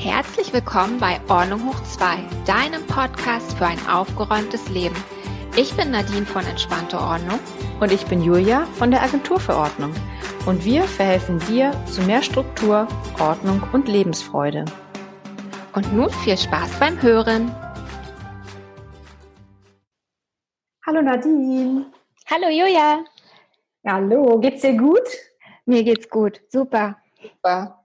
Herzlich willkommen bei Ordnung hoch 2, deinem Podcast für ein aufgeräumtes Leben. Ich bin Nadine von Entspannte Ordnung. Und ich bin Julia von der Agentur für Ordnung. Und wir verhelfen dir zu mehr Struktur, Ordnung und Lebensfreude. Und nun viel Spaß beim Hören. Hallo Nadine. Hallo Julia. Hallo, geht's dir gut? Mir geht's gut, super. Super.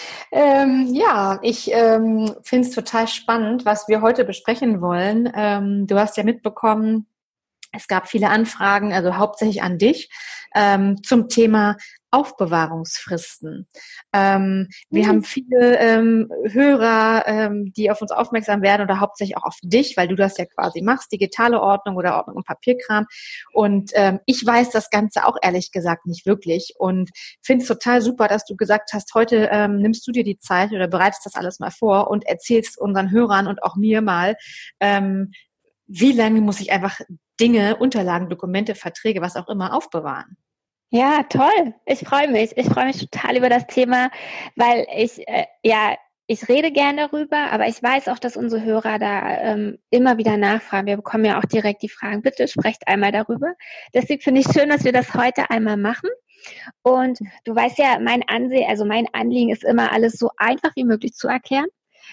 Ich finde es total spannend, was wir heute besprechen wollen. Du hast ja mitbekommen, es gab viele Anfragen, also hauptsächlich an dich, zum Thema Aufbewahrungsfristen. Wir haben viele Hörer, die auf uns aufmerksam werden oder hauptsächlich auch auf dich, weil du das ja quasi machst, digitale Ordnung oder Ordnung und Papierkram. Und ich weiß das Ganze auch ehrlich gesagt nicht wirklich und finde es total super, dass du gesagt hast, heute nimmst du dir die Zeit oder bereitest das alles mal vor und erzählst unseren Hörern und auch mir mal, wie lange muss ich einfach Dinge, Unterlagen, Dokumente, Verträge, was auch immer aufbewahren. Ja, toll. Ich freue mich. Ich freue mich total über das Thema, weil ich rede gerne darüber, aber ich weiß auch, dass unsere Hörer da immer wieder nachfragen. Wir bekommen ja auch direkt die Fragen, bitte sprecht einmal darüber. Deswegen finde ich schön, dass wir das heute einmal machen. Und du weißt ja, mein Anliegen ist immer, alles so einfach wie möglich zu erklären.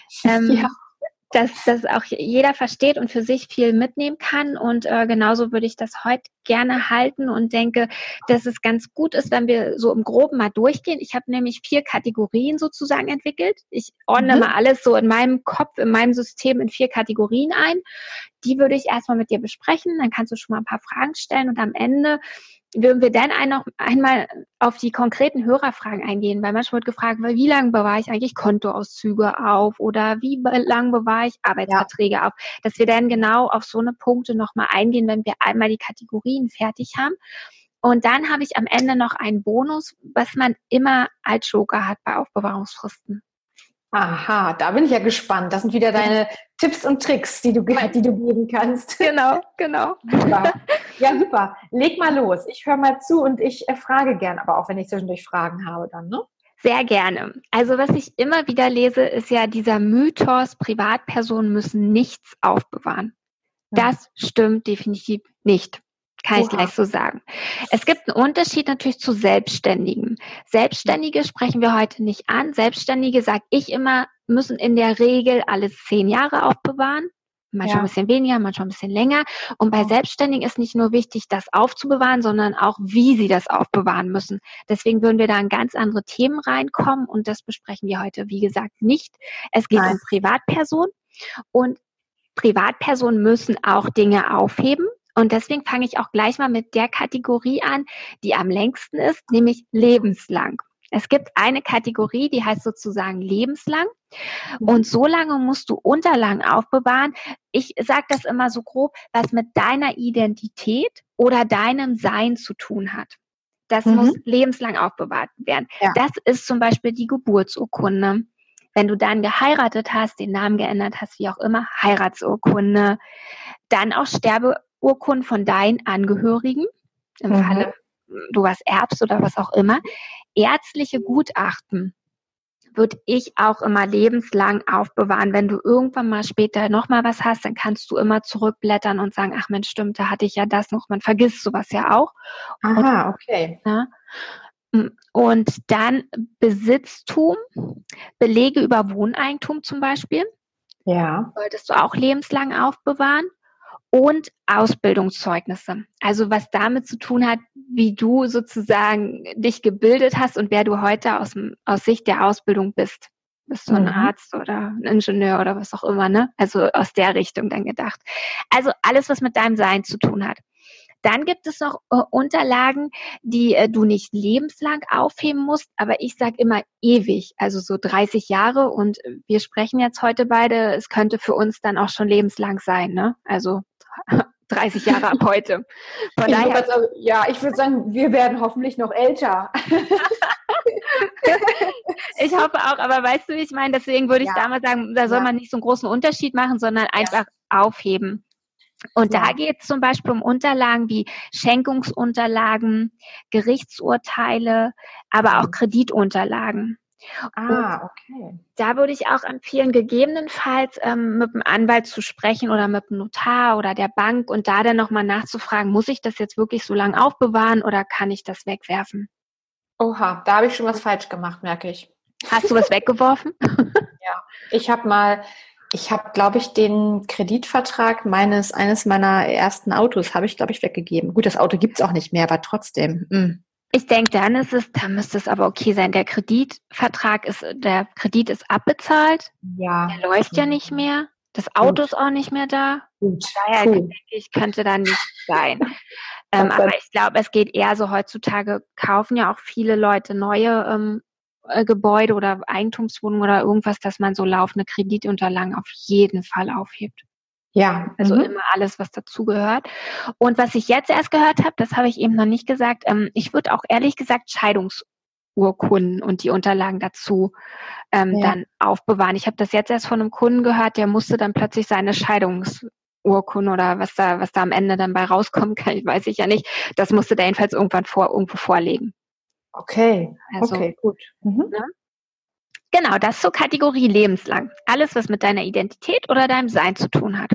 Dass auch jeder versteht und für sich viel mitnehmen kann. Und genauso würde ich das heute gerne halten und denke, dass es ganz gut ist, wenn wir so im Groben mal durchgehen. Ich habe nämlich 4 Kategorien sozusagen entwickelt. Ich ordne mal alles so in meinem Kopf, in meinem System in 4 Kategorien ein. Die würde ich erstmal mit dir besprechen. Dann kannst du schon mal ein paar Fragen stellen und am Ende würden wir dann einmal auf die konkreten Hörerfragen eingehen, weil manchmal wird gefragt, wie lange bewahre ich eigentlich Kontoauszüge auf oder wie lange bewahre ich Arbeitsverträge auf, dass wir dann genau auf so eine Punkte nochmal eingehen, wenn wir einmal die Kategorien fertig haben. Und dann habe ich am Ende noch einen Bonus, was man immer als Joker hat bei Aufbewahrungsfristen. Aha, da bin ich ja gespannt. Das sind wieder deine Tipps und Tricks, die du geben kannst. Genau. Super. Ja, super. Leg mal los. Ich höre mal zu und ich frage gern, aber auch wenn ich zwischendurch Fragen habe dann, ne? Sehr gerne. Also was ich immer wieder lese, ist ja dieser Mythos, Privatpersonen müssen nichts aufbewahren. Das stimmt definitiv nicht. Kann ich gleich so sagen. Es gibt einen Unterschied natürlich zu Selbstständigen. Selbstständige sprechen wir heute nicht an. Selbstständige, sage ich immer, müssen in der Regel alles 10 Jahre aufbewahren. Manchmal ein bisschen weniger, manchmal ein bisschen länger. Und bei Selbstständigen ist nicht nur wichtig, das aufzubewahren, sondern auch, wie sie das aufbewahren müssen. Deswegen würden wir da in ganz andere Themen reinkommen und das besprechen wir heute, wie gesagt, nicht. Es geht um Privatpersonen und Privatpersonen müssen auch Dinge aufheben. Und deswegen fange ich auch gleich mal mit der Kategorie an, die am längsten ist, nämlich lebenslang. Es gibt eine Kategorie, die heißt sozusagen lebenslang. Und so lange musst du Unterlagen aufbewahren. Ich sage das immer so grob, was mit deiner Identität oder deinem Sein zu tun hat. Das muss lebenslang aufbewahrt werden. Ja. Das ist zum Beispiel die Geburtsurkunde. Wenn du dann geheiratet hast, den Namen geändert hast, wie auch immer, Heiratsurkunde. Dann auch Sterbeurkunden von deinen Angehörigen, im Falle du was erbst oder was auch immer. Ärztliche Gutachten würde ich auch immer lebenslang aufbewahren. Wenn du irgendwann mal später nochmal was hast, dann kannst du immer zurückblättern und sagen, ach Mensch, stimmt, da hatte ich ja das noch. Man vergisst sowas ja auch. Aha, okay. Und dann Besitztum, Belege über Wohneigentum zum Beispiel. Ja. Solltest du auch lebenslang aufbewahren. Und Ausbildungszeugnisse. Also was damit zu tun hat, wie du sozusagen dich gebildet hast und wer du heute aus Sicht der Ausbildung bist. Bist du ein Arzt oder ein Ingenieur oder was auch immer, ne? Also aus der Richtung dann gedacht. Also alles, was mit deinem Sein zu tun hat. Dann gibt es noch Unterlagen, die du nicht lebenslang aufheben musst, aber ich sage immer ewig, also so 30 Jahre und wir sprechen jetzt heute beide, es könnte für uns dann auch schon lebenslang sein, ne? Also 30 Jahre ab heute. Von daher, ich würde sagen, wir werden hoffentlich noch älter. Ich hoffe auch, aber weißt du, wie ich meine? Deswegen würde ich damals sagen, da soll man nicht so einen großen Unterschied machen, sondern einfach aufheben. Und da geht es zum Beispiel um Unterlagen wie Schenkungsunterlagen, Gerichtsurteile, aber auch Kreditunterlagen. Okay. Da würde ich auch empfehlen, gegebenenfalls mit dem Anwalt zu sprechen oder mit dem Notar oder der Bank und da dann nochmal nachzufragen, muss ich das jetzt wirklich so lange aufbewahren oder kann ich das wegwerfen? Oha, da habe ich schon was falsch gemacht, merke ich. Hast du was weggeworfen? Ja, ich habe, glaube ich, den Kreditvertrag eines meiner ersten Autos habe ich, glaube ich, weggegeben. Gut, das Auto gibt's auch nicht mehr, aber trotzdem. Ich denke, da müsste es aber okay sein. Der Kredit ist abbezahlt. Ja. Der läuft ja nicht mehr. Das Auto ist auch nicht mehr da. Gut. Daher denke ich, könnte da nicht sein. Aber ich glaube, es geht eher so, heutzutage kaufen ja auch viele Leute neue Gebäude oder Eigentumswohnungen oder irgendwas, dass man so laufende Kreditunterlagen auf jeden Fall aufhebt. Ja. Also immer alles, was dazugehört. Und was ich jetzt erst gehört habe, das habe ich eben noch nicht gesagt, ich würde auch ehrlich gesagt Scheidungsurkunden und die Unterlagen dazu dann aufbewahren. Ich habe das jetzt erst von einem Kunden gehört, der musste dann plötzlich seine Scheidungsurkunde oder was da am Ende dann bei rauskommen kann, weiß ich ja nicht. Das musste der jedenfalls irgendwo vorlegen. Okay, also, okay, gut. Ne? Genau, das zur Kategorie lebenslang. Alles, was mit deiner Identität oder deinem Sein zu tun hat.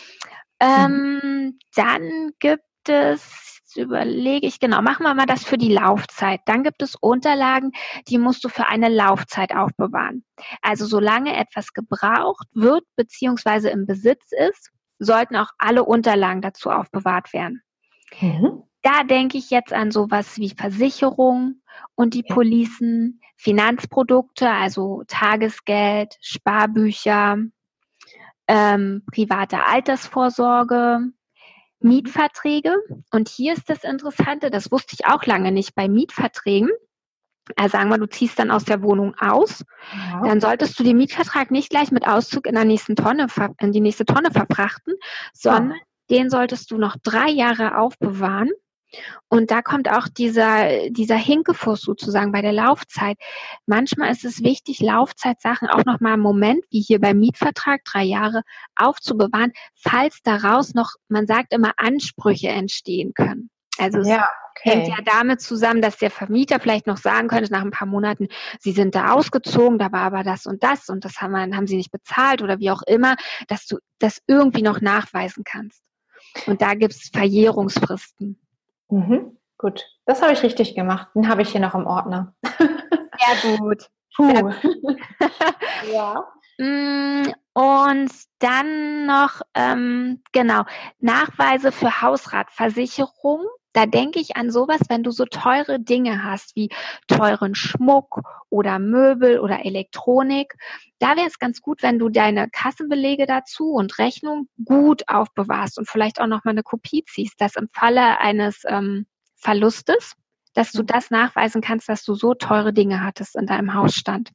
Dann gibt es, überlege ich, genau, machen wir mal das für die Laufzeit. Dann gibt es Unterlagen, die musst du für eine Laufzeit aufbewahren. Also solange etwas gebraucht wird bzw. im Besitz ist, sollten auch alle Unterlagen dazu aufbewahrt werden. Da denke ich jetzt an sowas wie Versicherung und die Policen, Finanzprodukte, also Tagesgeld, Sparbücher, private Altersvorsorge, Mietverträge. Und hier ist das Interessante, das wusste ich auch lange nicht bei Mietverträgen. Also sagen wir, du ziehst dann aus der Wohnung aus, dann solltest du den Mietvertrag nicht gleich mit Auszug in die nächste Tonne verfrachten, sondern den solltest du noch 3 Jahre aufbewahren. Und da kommt auch dieser Hinkefuß sozusagen bei der Laufzeit. Manchmal ist es wichtig, Laufzeitsachen auch noch mal einen Moment, wie hier beim Mietvertrag, 3 Jahre aufzubewahren, falls daraus noch, man sagt immer, Ansprüche entstehen können. Also es hängt ja damit zusammen, dass der Vermieter vielleicht noch sagen könnte, nach ein paar Monaten, sie sind da ausgezogen, da war aber das und das haben sie nicht bezahlt oder wie auch immer, dass du das irgendwie noch nachweisen kannst. Und da gibt es Verjährungsfristen. Gut, das habe ich richtig gemacht. Den habe ich hier noch im Ordner. Sehr gut. Sehr gut. Ja. Und dann noch, Nachweise für Hausratversicherung. Da denke ich an sowas, wenn du so teure Dinge hast, wie teuren Schmuck oder Möbel oder Elektronik. Da wäre es ganz gut, wenn du deine Kassenbelege dazu und Rechnung gut aufbewahrst und vielleicht auch noch mal eine Kopie ziehst, dass im Falle eines Verlustes, dass du das nachweisen kannst, dass du so teure Dinge hattest in deinem Hausstand.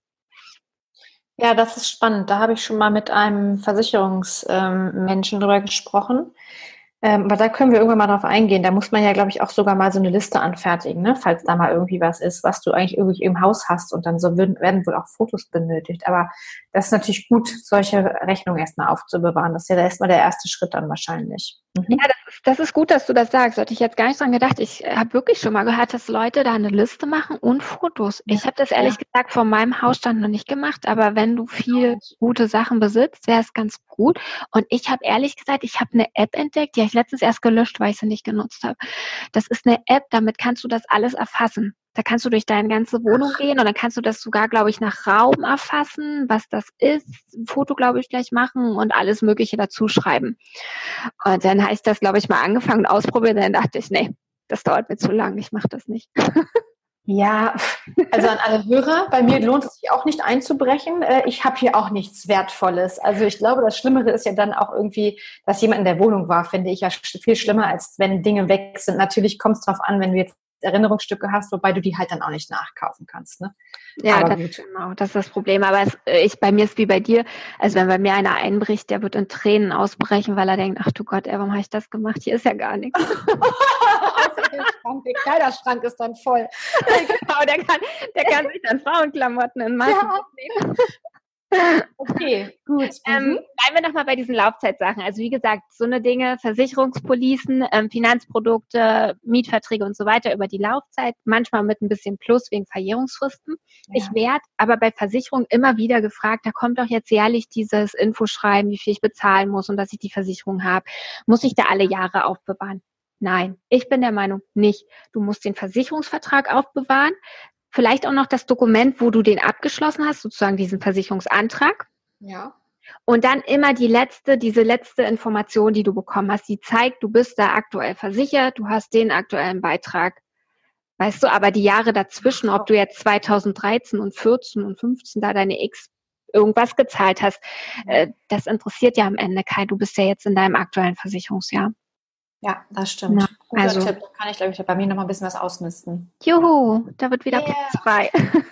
Ja, das ist spannend. Da habe ich schon mal mit einem Versicherungsmenschen drüber gesprochen. Aber da können wir irgendwann mal drauf eingehen. Da muss man ja, glaube ich, auch sogar mal so eine Liste anfertigen, ne? Falls da mal irgendwie was ist, was du eigentlich irgendwie im Haus hast. Und dann werden wohl auch Fotos benötigt. Aber das ist natürlich gut, solche Rechnungen erstmal aufzubewahren. Das ist ja erstmal der erste Schritt dann wahrscheinlich. Ja, das ist gut, dass du das sagst. Hatte ich jetzt gar nicht dran gedacht. Ich habe wirklich schon mal gehört, dass Leute da eine Liste machen und Fotos. Ich habe das ehrlich gesagt von meinem Hausstand noch nicht gemacht, aber wenn du viel gute Sachen besitzt, wäre es ganz gut. Und ich habe ehrlich gesagt, ich habe eine App entdeckt, die habe ich letztens erst gelöscht, weil ich sie nicht genutzt habe. Das ist eine App, damit kannst du das alles erfassen. Da kannst du durch deine ganze Wohnung gehen und dann kannst du das sogar, glaube ich, nach Raum erfassen, was das ist, ein Foto, glaube ich, gleich machen und alles Mögliche dazu schreiben. Und dann habe ich das, glaube ich, mal angefangen und ausprobiert. Dann dachte ich, nee, das dauert mir zu lang, ich mache das nicht. Ja, also an alle Hörer, bei mir lohnt es sich auch nicht einzubrechen. Ich habe hier auch nichts Wertvolles. Also ich glaube, das Schlimmere ist ja dann auch irgendwie, dass jemand in der Wohnung war, finde ich ja viel schlimmer, als wenn Dinge weg sind. Natürlich kommt es drauf an, wenn du jetzt Erinnerungsstücke hast, wobei du die halt dann auch nicht nachkaufen kannst. Ne? Ja, das ist das Problem. Aber bei mir ist wie bei dir, also wenn bei mir einer einbricht, der wird in Tränen ausbrechen, weil er denkt, ach du Gott, warum habe ich das gemacht? Hier ist ja gar nichts. Der Kleiderschrank ist dann voll. Genau, der kann sich dann Frauenklamotten in Massen nehmen. Okay, gut. Bleiben wir nochmal bei diesen Laufzeitsachen. Also wie gesagt, so eine Dinge, Versicherungspolicen, Finanzprodukte, Mietverträge und so weiter über die Laufzeit, manchmal mit ein bisschen Plus wegen Verjährungsfristen. Ja. Ich werde aber bei Versicherungen immer wieder gefragt, da kommt doch jetzt jährlich dieses Infoschreiben, wie viel ich bezahlen muss und dass ich die Versicherung habe. Muss ich da alle Jahre aufbewahren? Nein, ich bin der Meinung nicht. Du musst den Versicherungsvertrag aufbewahren, vielleicht auch noch das Dokument, wo du den abgeschlossen hast, sozusagen diesen Versicherungsantrag. Ja. Und dann immer diese letzte Information, die du bekommen hast, die zeigt, du bist da aktuell versichert, du hast den aktuellen Beitrag. Weißt du, aber die Jahre dazwischen, ob du jetzt 2013 und 14 und 15 da deine X irgendwas gezahlt hast, das interessiert ja am Ende keinen. Du bist ja jetzt in deinem aktuellen Versicherungsjahr. Ja, das stimmt. Ja, also Tipp. Da kann ich, glaube ich, bei mir noch mal ein bisschen was ausmisten. Juhu, da wird wieder Platz frei.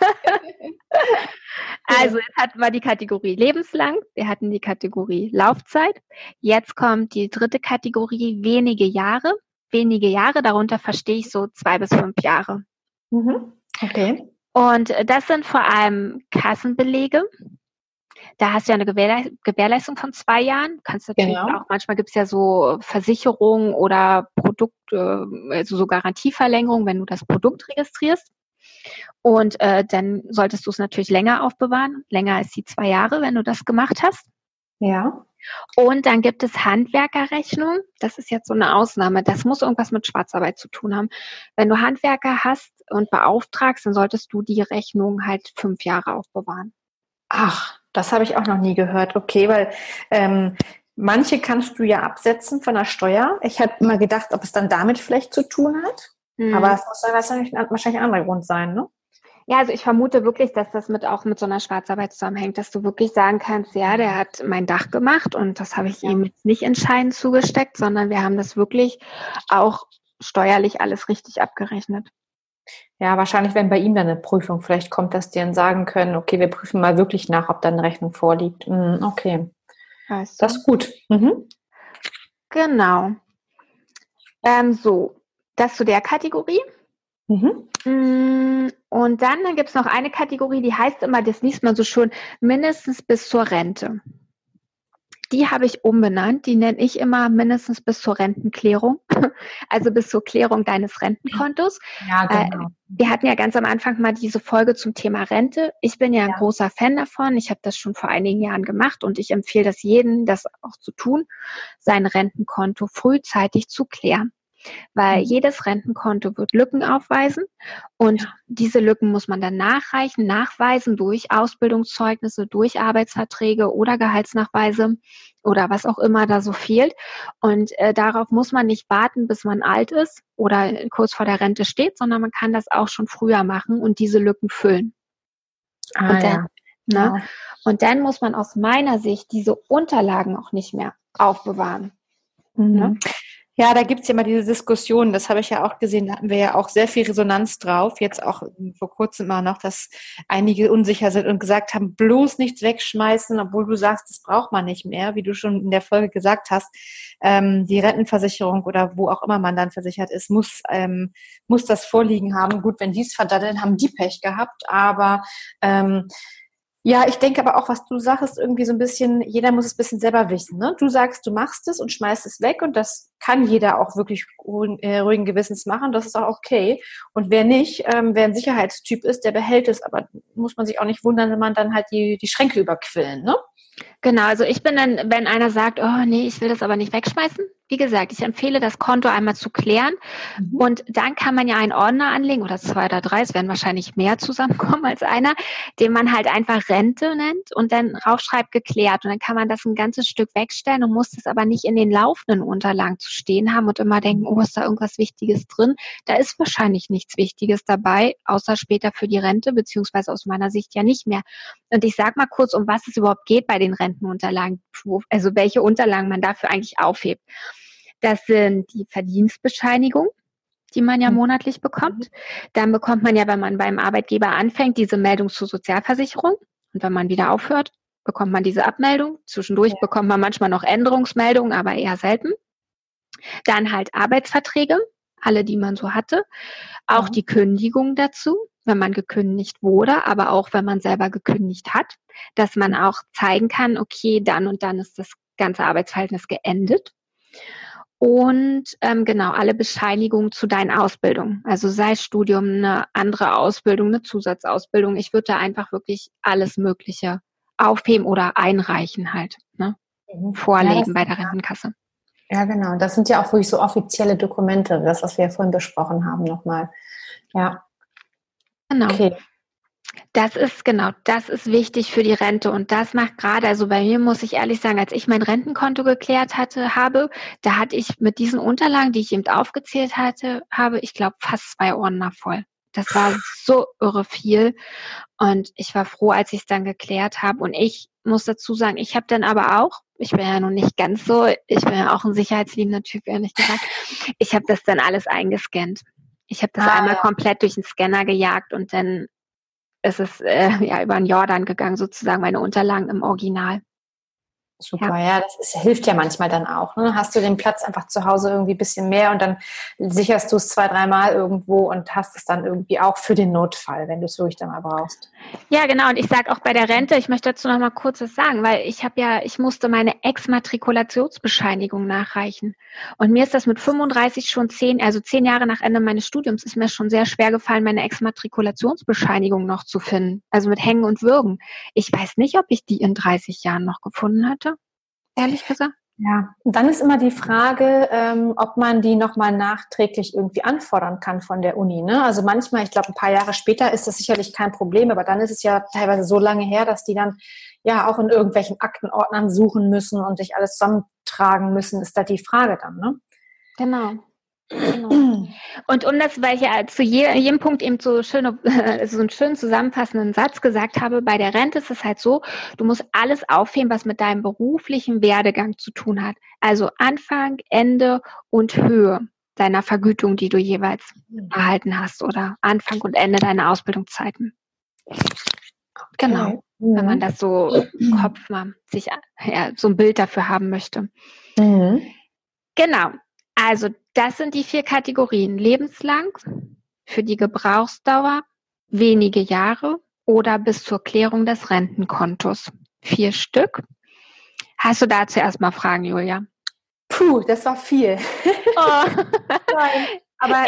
Also jetzt hatten wir die Kategorie lebenslang, wir hatten die Kategorie Laufzeit. Jetzt kommt die dritte Kategorie wenige Jahre. Wenige Jahre, darunter verstehe ich so 2 bis 5 Jahre. Okay. Und das sind vor allem Kassenbelege. Da hast du ja eine Gewährleistung von 2 Jahren. Kannst natürlich auch, manchmal gibt es ja so Versicherungen oder also so Garantieverlängerung, wenn du das Produkt registrierst. Und dann solltest du es natürlich länger aufbewahren, länger als die 2 Jahre, wenn du das gemacht hast. Ja. Und dann gibt es Handwerkerrechnung. Das ist jetzt so eine Ausnahme. Das muss irgendwas mit Schwarzarbeit zu tun haben. Wenn du Handwerker hast und beauftragst, dann solltest du die Rechnung halt 5 Jahre aufbewahren. Ach, das habe ich auch noch nie gehört. Okay, weil manche kannst du ja absetzen von der Steuer. Ich habe immer gedacht, ob es dann damit vielleicht zu tun hat. Aber es muss dann wahrscheinlich ein anderer Grund sein, ne? Ja, also ich vermute wirklich, dass das auch mit so einer Schwarzarbeit zusammenhängt, dass du wirklich sagen kannst, ja, der hat mein Dach gemacht und das habe ich ihm jetzt nicht entscheidend zugesteckt, sondern wir haben das wirklich auch steuerlich alles richtig abgerechnet. Ja, wahrscheinlich, wenn bei ihm dann eine Prüfung vielleicht kommt, dass die dann sagen können, okay, wir prüfen mal wirklich nach, ob da eine Rechnung vorliegt. Okay, weißt du? Das ist gut. Genau. So, das zu der Kategorie. Und dann gibt es noch eine Kategorie, die heißt immer, das liest man so schön, mindestens bis zur Rente. Die habe ich umbenannt, die nenne ich immer mindestens bis zur Rentenklärung, also bis zur Klärung deines Rentenkontos. Ja, genau. Wir hatten ja ganz am Anfang mal diese Folge zum Thema Rente. Ich bin ja ein großer Fan davon. Ich habe das schon vor einigen Jahren gemacht und ich empfehle das jedem, das auch zu tun, sein Rentenkonto frühzeitig zu klären. Weil jedes Rentenkonto wird Lücken aufweisen und diese Lücken muss man dann nachweisen durch Ausbildungszeugnisse, durch Arbeitsverträge oder Gehaltsnachweise oder was auch immer da so fehlt. Und darauf muss man nicht warten, bis man alt ist oder kurz vor der Rente steht, sondern man kann das auch schon früher machen und diese Lücken füllen. Und dann muss man aus meiner Sicht diese Unterlagen auch nicht mehr aufbewahren. Ne? Ja, da gibt's ja mal diese Diskussion, das habe ich ja auch gesehen, da hatten wir ja auch sehr viel Resonanz drauf, jetzt auch vor kurzem mal noch, dass einige unsicher sind und gesagt haben, bloß nichts wegschmeißen, obwohl du sagst, das braucht man nicht mehr, wie du schon in der Folge gesagt hast, die Rentenversicherung oder wo auch immer man dann versichert ist, muss das vorliegen haben. Gut, wenn die es verdaddeln, haben die Pech gehabt, aber ja, ich denke aber auch, was du sagst, irgendwie so ein bisschen, jeder muss es ein bisschen selber wissen. Ne? Du sagst, du machst es und schmeißt es weg und das kann jeder auch wirklich ruhigen Gewissens machen. Das ist auch okay. Und wer nicht, wer ein Sicherheitstyp ist, der behält es. Aber muss man sich auch nicht wundern, wenn man dann halt die Schränke überquillen, ne? Genau, also ich bin dann, wenn einer sagt, oh nee, ich will das aber nicht wegschmeißen, wie gesagt, ich empfehle, das Konto einmal zu klären und dann kann man ja einen Ordner anlegen oder 2 oder 3, es werden wahrscheinlich mehr zusammenkommen als einer, den man halt einfach Rente nennt und dann raufschreibt geklärt und dann kann man das ein ganzes Stück wegstellen und muss das aber nicht in den laufenden Unterlagen zu stehen haben und immer denken, oh, ist da irgendwas Wichtiges drin? Da ist wahrscheinlich nichts Wichtiges dabei, außer später für die Rente, beziehungsweise aus meiner Sicht ja nicht mehr. Und ich sag mal kurz, um was es überhaupt geht bei den Rentenunterlagen, also welche Unterlagen man dafür eigentlich aufhebt. Das sind die Verdienstbescheinigung, die man ja monatlich bekommt. Dann bekommt man ja, wenn man beim Arbeitgeber anfängt, diese Meldung zur Sozialversicherung. Und wenn man wieder aufhört, bekommt man diese Abmeldung. Zwischendurch bekommt man manchmal noch Änderungsmeldungen, aber eher selten. Dann halt Arbeitsverträge. alle, die man so hatte. Auch die Kündigung dazu, wenn man gekündigt wurde, aber auch wenn man selber gekündigt hat, dass man auch zeigen kann, okay, dann und dann ist das ganze Arbeitsverhältnis geendet. Und genau, alle Bescheinigungen zu deinen Ausbildungen. Also sei Studium, eine andere Ausbildung, eine Zusatzausbildung. Ich würde da einfach wirklich alles Mögliche aufheben oder einreichen halt, ne? Vorlegen bei der Rentenkasse. Ja, genau. Das sind ja auch wirklich so offizielle Dokumente, das, was wir ja vorhin besprochen haben, nochmal. Ja. Genau. Okay. Das ist wichtig für die Rente und das macht gerade, also bei mir muss ich ehrlich sagen, als ich mein Rentenkonto geklärt habe, da hatte ich mit diesen Unterlagen, die ich eben aufgezählt habe, ich glaube fast 2 Ordner voll. Das war so irre viel und ich war froh, als ich es dann geklärt habe und ich muss dazu sagen, ich habe dann aber auch, ich bin ja noch nicht ganz so, ich bin ja auch ein sicherheitsliebender Typ, ehrlich gesagt, ich habe das dann alles eingescannt. Ich habe das einmal komplett durch den Scanner gejagt und dann ist es über den Jordan gegangen, sozusagen meine Unterlagen im Original. Super, ja, hilft ja manchmal dann auch. Ne? Hast du den Platz einfach zu Hause irgendwie ein bisschen mehr und dann sicherst du es 2-3 Mal irgendwo und hast es dann irgendwie auch für den Notfall, wenn du es wirklich dann mal brauchst. Ja, genau. Und ich sage auch bei der Rente, ich möchte dazu noch mal kurz was sagen, weil ich musste meine Exmatrikulationsbescheinigung nachreichen. Und mir ist das mit 35 schon 10 Jahre nach Ende meines Studiums, ist mir schon sehr schwer gefallen, meine Exmatrikulationsbescheinigung noch zu finden. Also mit Hängen und Würgen. Ich weiß nicht, ob ich die in 30 Jahren noch gefunden hatte. Ehrlich gesagt. Ja, und dann ist immer die Frage, ob man die nochmal nachträglich irgendwie anfordern kann von der Uni. Ne? Also manchmal, ich glaube, ein paar Jahre später ist das sicherlich kein Problem, aber dann ist es ja teilweise so lange her, dass die dann ja auch in irgendwelchen Aktenordnern suchen müssen und sich alles zusammentragen müssen, ist da die Frage dann, ne? Genau. Und weil ich ja zu jedem Punkt eben so einen schönen zusammenfassenden Satz gesagt habe, bei der Rente ist es halt so, du musst alles aufheben, was mit deinem beruflichen Werdegang zu tun hat. Also Anfang, Ende und Höhe deiner Vergütung, die du jeweils erhalten hast oder Anfang und Ende deiner Ausbildungszeiten. Genau. Wenn man das so im Kopf mal sich so ein Bild dafür haben möchte. Genau. Also das sind die 4 Kategorien. Lebenslang, für die Gebrauchsdauer, wenige Jahre oder bis zur Klärung des Rentenkontos. 4 Stück. Hast du dazu erstmal Fragen, Julia? Puh, das war viel. Oh. Nein, aber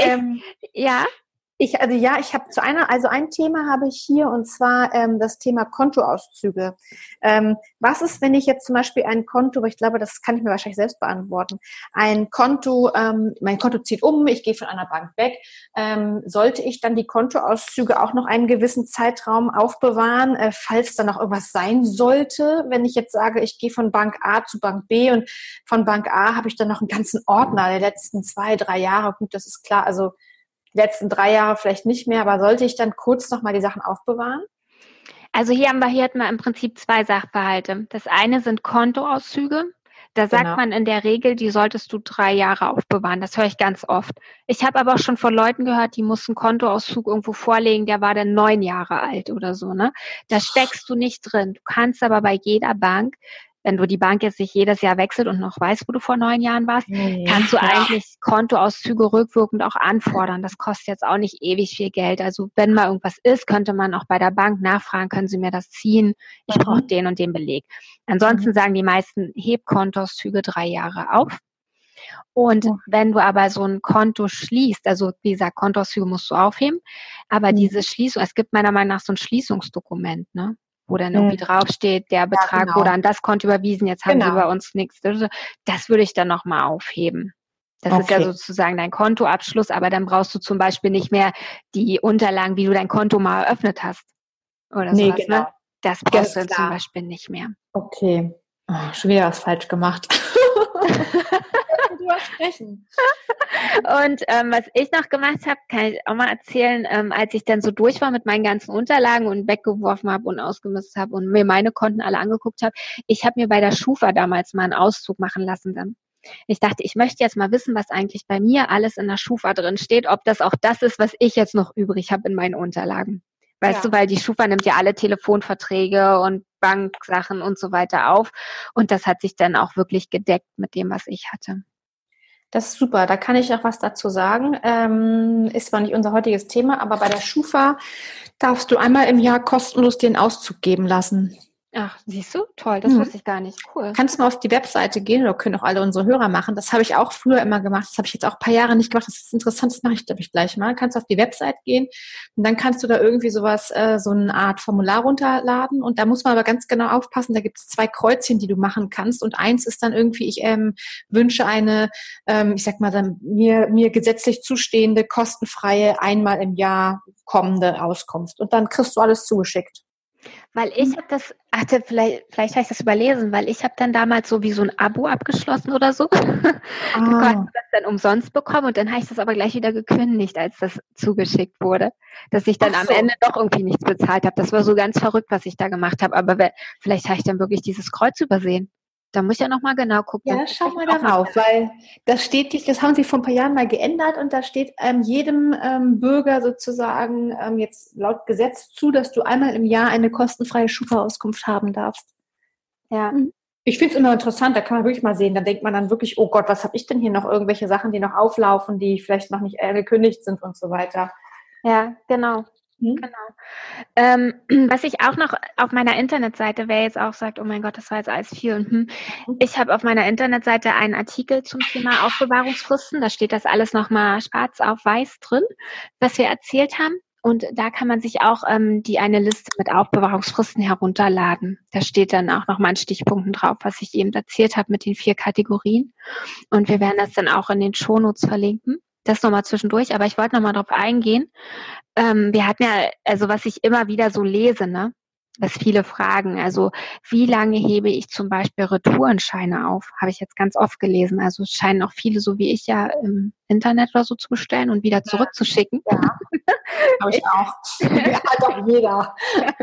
ich habe ein Thema habe ich hier und zwar das Thema Kontoauszüge. Was ist, wenn ich jetzt zum Beispiel ein Konto, aber ich glaube, das kann ich mir wahrscheinlich selbst beantworten, ein Konto, mein Konto zieht um, ich gehe von einer Bank weg, sollte ich dann die Kontoauszüge auch noch einen gewissen Zeitraum aufbewahren, falls da noch irgendwas sein sollte, wenn ich jetzt sage, ich gehe von Bank A zu Bank B und von Bank A habe ich dann noch einen ganzen Ordner der letzten 2-3 Jahre, gut, das ist klar, also die letzten 3 Jahre vielleicht nicht mehr, aber sollte ich dann kurz nochmal die Sachen aufbewahren? Also hier hatten wir im Prinzip 2 Sachverhalte. Das eine sind Kontoauszüge. Da sagt man in der Regel, die solltest du 3 Jahre aufbewahren. Das höre ich ganz oft. Ich habe aber auch schon von Leuten gehört, die mussten einen Kontoauszug irgendwo vorlegen, der war dann 9 Jahre alt oder so, ne? Da steckst du nicht drin. Du kannst aber bei jeder Bank, wenn du die Bank jetzt nicht jedes Jahr wechselt und noch weißt, wo du vor 9 Jahren warst, kannst du eigentlich Kontoauszüge rückwirkend auch anfordern. Das kostet jetzt auch nicht ewig viel Geld. Also wenn mal irgendwas ist, könnte man auch bei der Bank nachfragen, können Sie mir das ziehen? Ich brauche den und den Beleg. Ansonsten sagen die meisten, heb Kontoauszüge 3 Jahre auf. Und wenn du aber so ein Konto schließt, also wie gesagt, Kontoauszüge musst du aufheben, aber diese Schließung, es gibt meiner Meinung nach so ein Schließungsdokument, ne? Wo dann irgendwie draufsteht, der Betrag wurde an das Konto überwiesen, jetzt haben sie bei uns nichts. Das würde ich dann nochmal aufheben. Das ist ja sozusagen dein Kontoabschluss, aber dann brauchst du zum Beispiel nicht mehr die Unterlagen, wie du dein Konto mal eröffnet hast. Oder sowas, ne? Das brauchst du dann zum Beispiel nicht mehr. Okay. Oh, schon wieder was falsch gemacht. Sprechen. Und was ich noch gemacht habe, kann ich auch mal erzählen, als ich dann so durch war mit meinen ganzen Unterlagen und weggeworfen habe und ausgemistet habe und mir meine Konten alle angeguckt habe, ich habe mir bei der Schufa damals mal einen Auszug machen lassen dann. Ich dachte, ich möchte jetzt mal wissen, was eigentlich bei mir alles in der Schufa drin steht, ob das auch das ist, was ich jetzt noch übrig habe in meinen Unterlagen. Weißt du, weil die Schufa nimmt ja alle Telefonverträge und Banksachen und so weiter auf und das hat sich dann auch wirklich gedeckt mit dem, was ich hatte. Das ist super, da kann ich noch was dazu sagen. Ist zwar nicht unser heutiges Thema, aber bei der Schufa darfst du einmal im Jahr kostenlos den Auszug geben lassen. Ach, siehst du? Toll, das wusste ich gar nicht. Cool. Kannst mal auf die Webseite gehen, oder können auch alle unsere Hörer machen. Das habe ich auch früher immer gemacht. Das habe ich jetzt auch ein paar Jahre nicht gemacht. Das ist interessant, das mache ich, glaube ich, gleich mal. Kannst auf die Webseite gehen und dann kannst du da irgendwie sowas, so eine Art Formular runterladen. Und da muss man aber ganz genau aufpassen. Da gibt es 2 Kreuzchen, die du machen kannst. Und eins ist dann irgendwie, ich wünsche eine, ich sag mal, dann mir gesetzlich zustehende, kostenfreie, einmal im Jahr kommende Auskunft. Und dann kriegst du alles zugeschickt. Weil ich habe vielleicht habe ich das überlesen, weil ich habe dann damals so wie so ein Abo abgeschlossen oder so. Du konntest das dann umsonst bekommen und dann habe ich das aber gleich wieder gekündigt, als das zugeschickt wurde, dass ich dann am Ende doch irgendwie nichts bezahlt habe. Das war so ganz verrückt, was ich da gemacht habe, aber vielleicht habe ich dann wirklich dieses Kreuz übersehen. Da muss ich ja nochmal genau gucken. Ja, schau mal darauf, weil das haben sie vor ein paar Jahren mal geändert und da steht jedem Bürger sozusagen jetzt laut Gesetz zu, dass du einmal im Jahr eine kostenfreie Schufa-Auskunft haben darfst. Ja. Ich finde es immer interessant, da kann man wirklich mal sehen, da denkt man dann wirklich, oh Gott, was habe ich denn hier noch, irgendwelche Sachen, die noch auflaufen, die vielleicht noch nicht gekündigt sind und so weiter. Ja, genau. Genau. Was ich auch noch auf meiner Internetseite, wer jetzt auch sagt, oh mein Gott, das war jetzt alles viel. Und ich habe auf meiner Internetseite einen Artikel zum Thema Aufbewahrungsfristen. Da steht das alles nochmal schwarz auf weiß drin, was wir erzählt haben. Und da kann man sich auch eine Liste mit Aufbewahrungsfristen herunterladen. Da steht dann auch nochmal an Stichpunkten drauf, was ich eben erzählt habe mit den 4 Kategorien. Und wir werden das dann auch in den Shownotes verlinken. Das nochmal zwischendurch, aber ich wollte nochmal drauf eingehen. Wir hatten ja, also was ich immer wieder so lese, ne, was viele fragen, also wie lange hebe ich zum Beispiel Retourenscheine auf? Habe ich jetzt ganz oft gelesen. Also es scheinen auch viele, so wie ich, ja im Internet oder so zu bestellen und wieder zurückzuschicken. Ja, habe ich auch. Ja, doch jeder.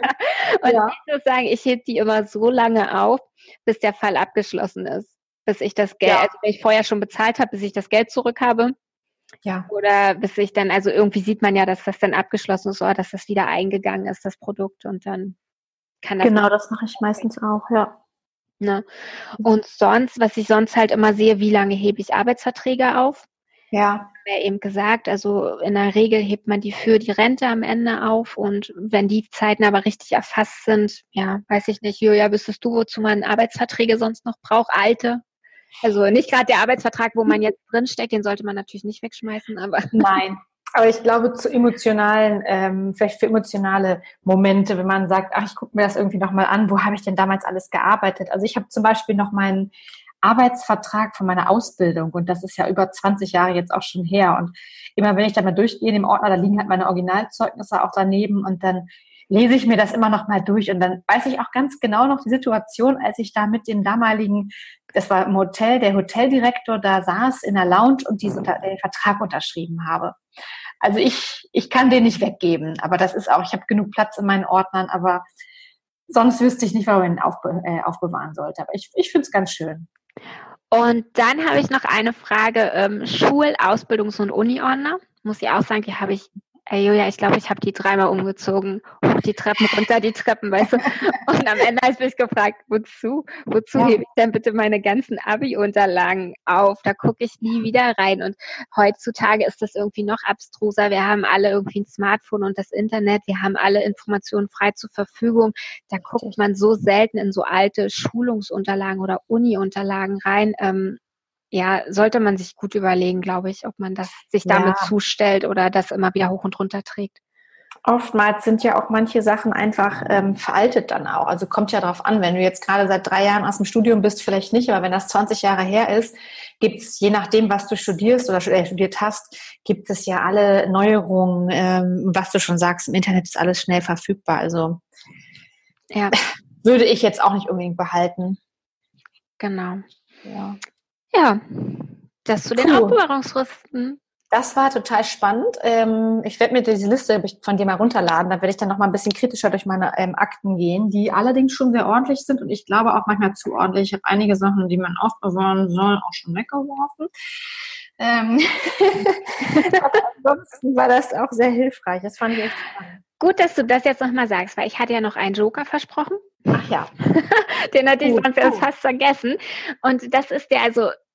Und ich muss sagen, ich hebe die immer so lange auf, bis der Fall abgeschlossen ist. Bis ich das Geld, also wenn ich vorher schon bezahlt habe, bis ich das Geld zurück habe. Ja. Oder bis ich dann, also irgendwie sieht man ja, dass das dann abgeschlossen ist oder dass das wieder eingegangen ist, das Produkt, und dann kann das. Genau, das mache ich meistens auch, ja. Ne? Und sonst, was ich sonst halt immer sehe, wie lange hebe ich Arbeitsverträge auf? Ja. Ich habe ja eben gesagt, also in der Regel hebt man die für die Rente am Ende auf, und wenn die Zeiten aber richtig erfasst sind, ja, weiß ich nicht, Julia, wüsstest du, wozu man Arbeitsverträge sonst noch braucht? Alte? Also nicht gerade der Arbeitsvertrag, wo man jetzt drinsteckt, den sollte man natürlich nicht wegschmeißen, aber. Nein, aber ich glaube zu emotionalen, vielleicht für emotionale Momente, wenn man sagt, ach, ich gucke mir das irgendwie nochmal an, wo habe ich denn damals alles gearbeitet? Also ich habe zum Beispiel noch meinen Arbeitsvertrag von meiner Ausbildung, und das ist ja über 20 Jahre jetzt auch schon her, und immer wenn ich da mal durchgehe im Ordner, da liegen halt meine Originalzeugnisse auch daneben, und dann lese ich mir das immer noch mal durch, und dann weiß ich auch ganz genau noch die Situation, als ich da mit dem damaligen, das war im Hotel, der Hoteldirektor da saß in der Lounge und den Vertrag unterschrieben habe. Also ich kann den nicht weggeben, aber das ist auch, ich habe genug Platz in meinen Ordnern, aber sonst wüsste ich nicht, warum man ihn aufbewahren sollte. Aber ich finde es ganz schön. Und dann habe ich noch eine Frage, Schul-, Ausbildungs- und Uni-Ordner. Muss ich auch sagen, die habe ich, Julia, ich glaube, ich habe die 3-mal umgezogen. Hoch die Treppen, runter die Treppen, weißt du. Und am Ende habe ich mich gefragt, wozu hebe ich denn bitte meine ganzen Abi-Unterlagen auf? Da gucke ich nie wieder rein. Und heutzutage ist das irgendwie noch abstruser. Wir haben alle irgendwie ein Smartphone und das Internet. Wir haben alle Informationen frei zur Verfügung. Da guckt man so selten in so alte Schulungsunterlagen oder Uni-Unterlagen rein. Ja, sollte man sich gut überlegen, glaube ich, ob man das sich damit zustellt oder das immer wieder hoch und runter trägt. Oftmals sind ja auch manche Sachen einfach veraltet dann auch. Also kommt ja drauf an, wenn du jetzt gerade seit 3 Jahren aus dem Studium bist, vielleicht nicht, aber wenn das 20 Jahre her ist, gibt es, je nachdem, was du studierst oder studiert hast, gibt es ja alle Neuerungen, was du schon sagst, im Internet ist alles schnell verfügbar. Also würde ich jetzt auch nicht unbedingt behalten. Genau. Ja, das zu den Aufbewahrungsfristen. Das war total spannend. Ich werde mir diese Liste von dir mal runterladen. Da werde ich dann noch mal ein bisschen kritischer durch meine Akten gehen, die allerdings schon sehr ordentlich sind und ich glaube auch manchmal zu ordentlich. Ich habe einige Sachen, die man aufbewahren soll, auch schon weggeworfen. Aber ansonsten war das auch sehr hilfreich. Das fand ich echt spannend. Gut, dass du das jetzt nochmal sagst, weil ich hatte ja noch einen Joker versprochen. Ach ja. Den hatte ich sonst erst fast vergessen. Und das ist der, also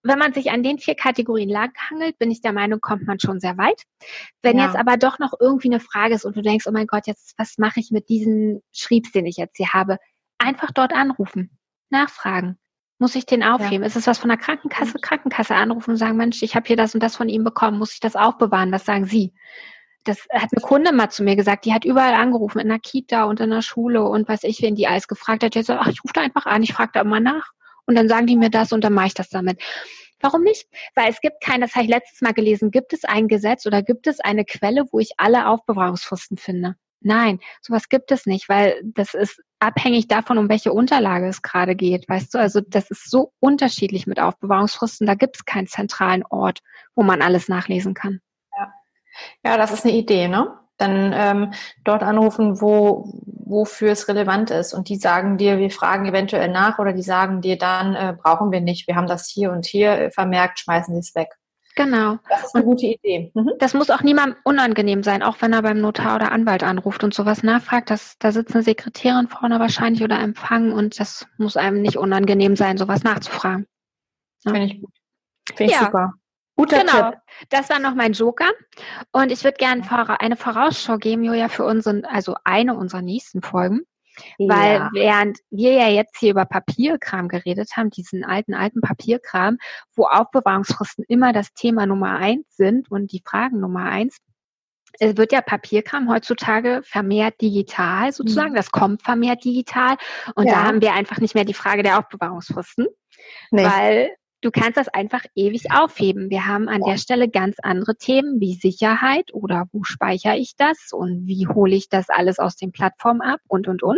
wenn man sich an den 4 Kategorien langhangelt, bin ich der Meinung, kommt man schon sehr weit. Wenn jetzt aber doch noch irgendwie eine Frage ist und du denkst, oh mein Gott, jetzt, was mache ich mit diesem Schriebs, den ich jetzt hier habe? Einfach dort anrufen, nachfragen. Muss ich den aufheben? Ist es was von der Krankenkasse? Krankenkasse anrufen und sagen, Mensch, ich habe hier das und das von Ihnen bekommen, muss ich das aufbewahren? Was sagen Sie? Das hat eine Kunde mal zu mir gesagt, die hat überall angerufen, in der Kita und in der Schule und weiß ich, wen die alles gefragt hat. Die hat gesagt, ach, ich rufe da einfach an, ich frage da immer nach und dann sagen die mir das und dann mache ich das damit. Warum nicht? Weil es gibt das habe ich letztes Mal gelesen, gibt es ein Gesetz oder gibt es eine Quelle, wo ich alle Aufbewahrungsfristen finde? Nein, sowas gibt es nicht, weil das ist abhängig davon, um welche Unterlage es gerade geht, weißt du? Also das ist so unterschiedlich mit Aufbewahrungsfristen, da gibt es keinen zentralen Ort, wo man alles nachlesen kann. Ja, das ist eine Idee, ne? Dann dort anrufen, wofür es relevant ist. Und die sagen dir, wir fragen eventuell nach oder die sagen dir dann, brauchen wir nicht, wir haben das hier und hier vermerkt, schmeißen Sie es weg. Genau. Das ist eine gute Idee. Das muss auch niemandem unangenehm sein, auch wenn er beim Notar oder Anwalt anruft und sowas nachfragt. Da sitzt eine Sekretärin vorne wahrscheinlich oder Empfang und das muss einem nicht unangenehm sein, sowas nachzufragen. Ja. Finde ich gut. Finde ich super. Guter Tipp. Das war noch mein Joker. Und ich würde gerne eine Vorausschau geben, Julia, für eine unserer nächsten Folgen. Ja. Weil während wir ja jetzt hier über Papierkram geredet haben, diesen alten Papierkram, wo Aufbewahrungsfristen immer das Thema Nummer 1 sind und die Fragen Nummer 1, es wird ja Papierkram heutzutage vermehrt digital sozusagen. Das kommt vermehrt digital. Und da haben wir einfach nicht mehr die Frage der Aufbewahrungsfristen. Nee. Weil du kannst das einfach ewig aufheben. Wir haben an der Stelle ganz andere Themen wie Sicherheit oder wo speichere ich das und wie hole ich das alles aus den Plattformen ab und. Und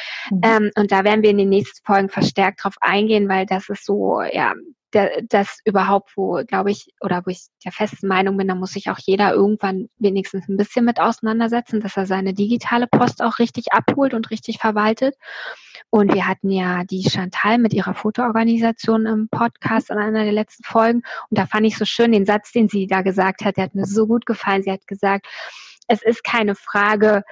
da werden wir in den nächsten Folgen verstärkt drauf eingehen, weil das ist so, das überhaupt, wo ich der festen Meinung bin, da muss sich auch jeder irgendwann wenigstens ein bisschen mit auseinandersetzen, dass er seine digitale Post auch richtig abholt und richtig verwaltet. Und wir hatten ja die Chantal mit ihrer Fotoorganisation im Podcast in einer der letzten Folgen. Und da fand ich so schön den Satz, den sie da gesagt hat, der hat mir so gut gefallen. Sie hat gesagt, es ist keine Frage,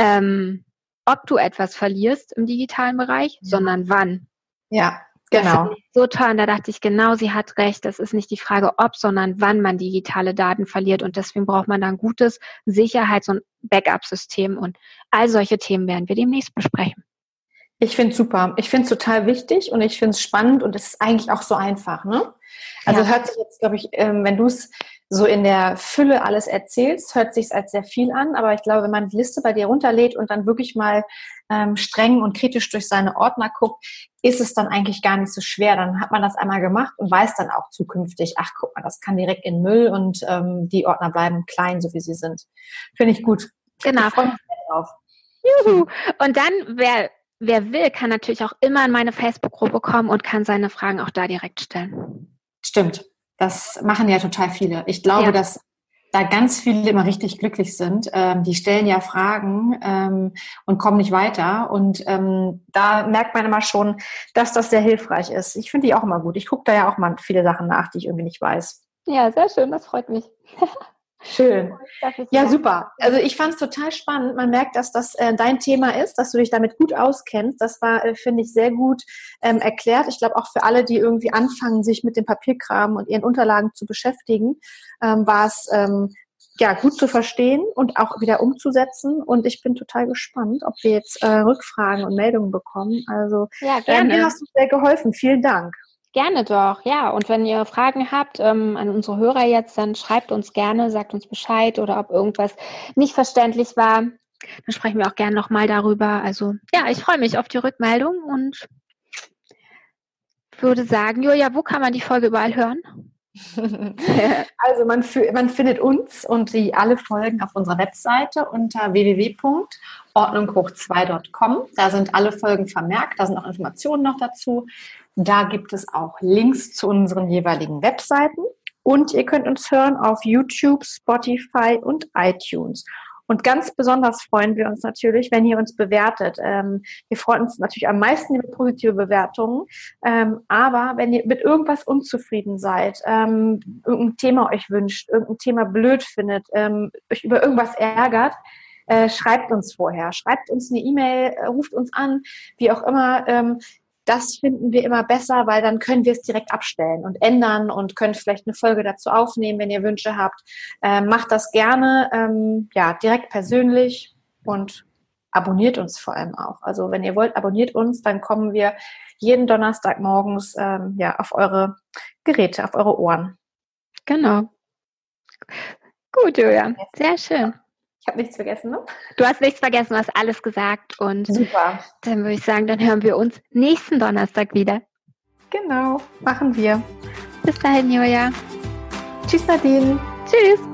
ob du etwas verlierst im digitalen Bereich, sondern wann. Ja. Genau. Das ist so toll. Und da dachte ich, genau, sie hat recht. Das ist nicht die Frage, ob, sondern wann man digitale Daten verliert. Und deswegen braucht man da ein gutes Sicherheits- und Backup-System. Und all solche Themen werden wir demnächst besprechen. Ich finde es super. Ich finde es total wichtig und ich finde es spannend und es ist eigentlich auch so einfach, ne? Also hört sich jetzt, glaube ich, wenn du es so in der Fülle alles erzählst, hört sich es als sehr viel an. Aber ich glaube, wenn man die Liste bei dir runterlädt und dann wirklich mal streng und kritisch durch seine Ordner guckt, ist es dann eigentlich gar nicht so schwer. Dann hat man das einmal gemacht und weiß dann auch zukünftig, ach guck mal, das kann direkt in Müll und die Ordner bleiben klein, so wie sie sind. Finde ich gut. Genau. Ich freue mich drauf. Juhu. Und dann, wer will, kann natürlich auch immer in meine Facebook-Gruppe kommen und kann seine Fragen auch da direkt stellen. Stimmt. Das machen ja total viele. Ich glaube, dass da ganz viele immer richtig glücklich sind. Die stellen ja Fragen und kommen nicht weiter. Und da merkt man immer schon, dass das sehr hilfreich ist. Ich finde die auch immer gut. Ich gucke da ja auch mal viele Sachen nach, die ich irgendwie nicht weiß. Ja, sehr schön. Das freut mich. Schön. Ja, super. Also ich fand es total spannend. Man merkt, dass das dein Thema ist, dass du dich damit gut auskennst. Das war, finde ich, sehr gut erklärt. Ich glaube auch für alle, die irgendwie anfangen, sich mit dem Papierkram und ihren Unterlagen zu beschäftigen, war es gut zu verstehen und auch wieder umzusetzen. Und ich bin total gespannt, ob wir jetzt Rückfragen und Meldungen bekommen. Also gerne. Mir hast du sehr geholfen. Vielen Dank. Gerne doch, ja. Und wenn ihr Fragen habt an unsere Hörer jetzt, dann schreibt uns gerne, sagt uns Bescheid oder ob irgendwas nicht verständlich war. Dann sprechen wir auch gerne nochmal darüber. Also ja, ich freue mich auf die Rückmeldung und würde sagen, Julia, wo kann man die Folge überall hören? Also man findet uns und alle Folgen auf unserer Webseite unter www.ordnunghoch2.com. Da sind alle Folgen vermerkt, da sind auch Informationen noch dazu. Da gibt es auch Links zu unseren jeweiligen Webseiten und ihr könnt uns hören auf YouTube, Spotify und iTunes. Und ganz besonders freuen wir uns natürlich, wenn ihr uns bewertet. Wir freuen uns natürlich am meisten über positive Bewertungen. Aber wenn ihr mit irgendwas unzufrieden seid, irgendein Thema euch wünscht, irgendein Thema blöd findet, euch über irgendwas ärgert, schreibt uns vorher. Schreibt uns eine E-Mail, ruft uns an, wie auch immer. das finden wir immer besser, weil dann können wir es direkt abstellen und ändern und können vielleicht eine Folge dazu aufnehmen, wenn ihr Wünsche habt. Macht das gerne direkt persönlich und abonniert uns vor allem auch. Also wenn ihr wollt, abonniert uns, dann kommen wir jeden Donnerstag morgens auf eure Geräte, auf eure Ohren. Genau. Gut, Julia. Sehr schön. Ich habe nichts vergessen, ne? Du hast nichts vergessen, du hast alles gesagt. Und super. Dann würde ich sagen, dann hören wir uns nächsten Donnerstag wieder. Genau, machen wir. Bis dahin, Julia. Tschüss, Nadine. Tschüss.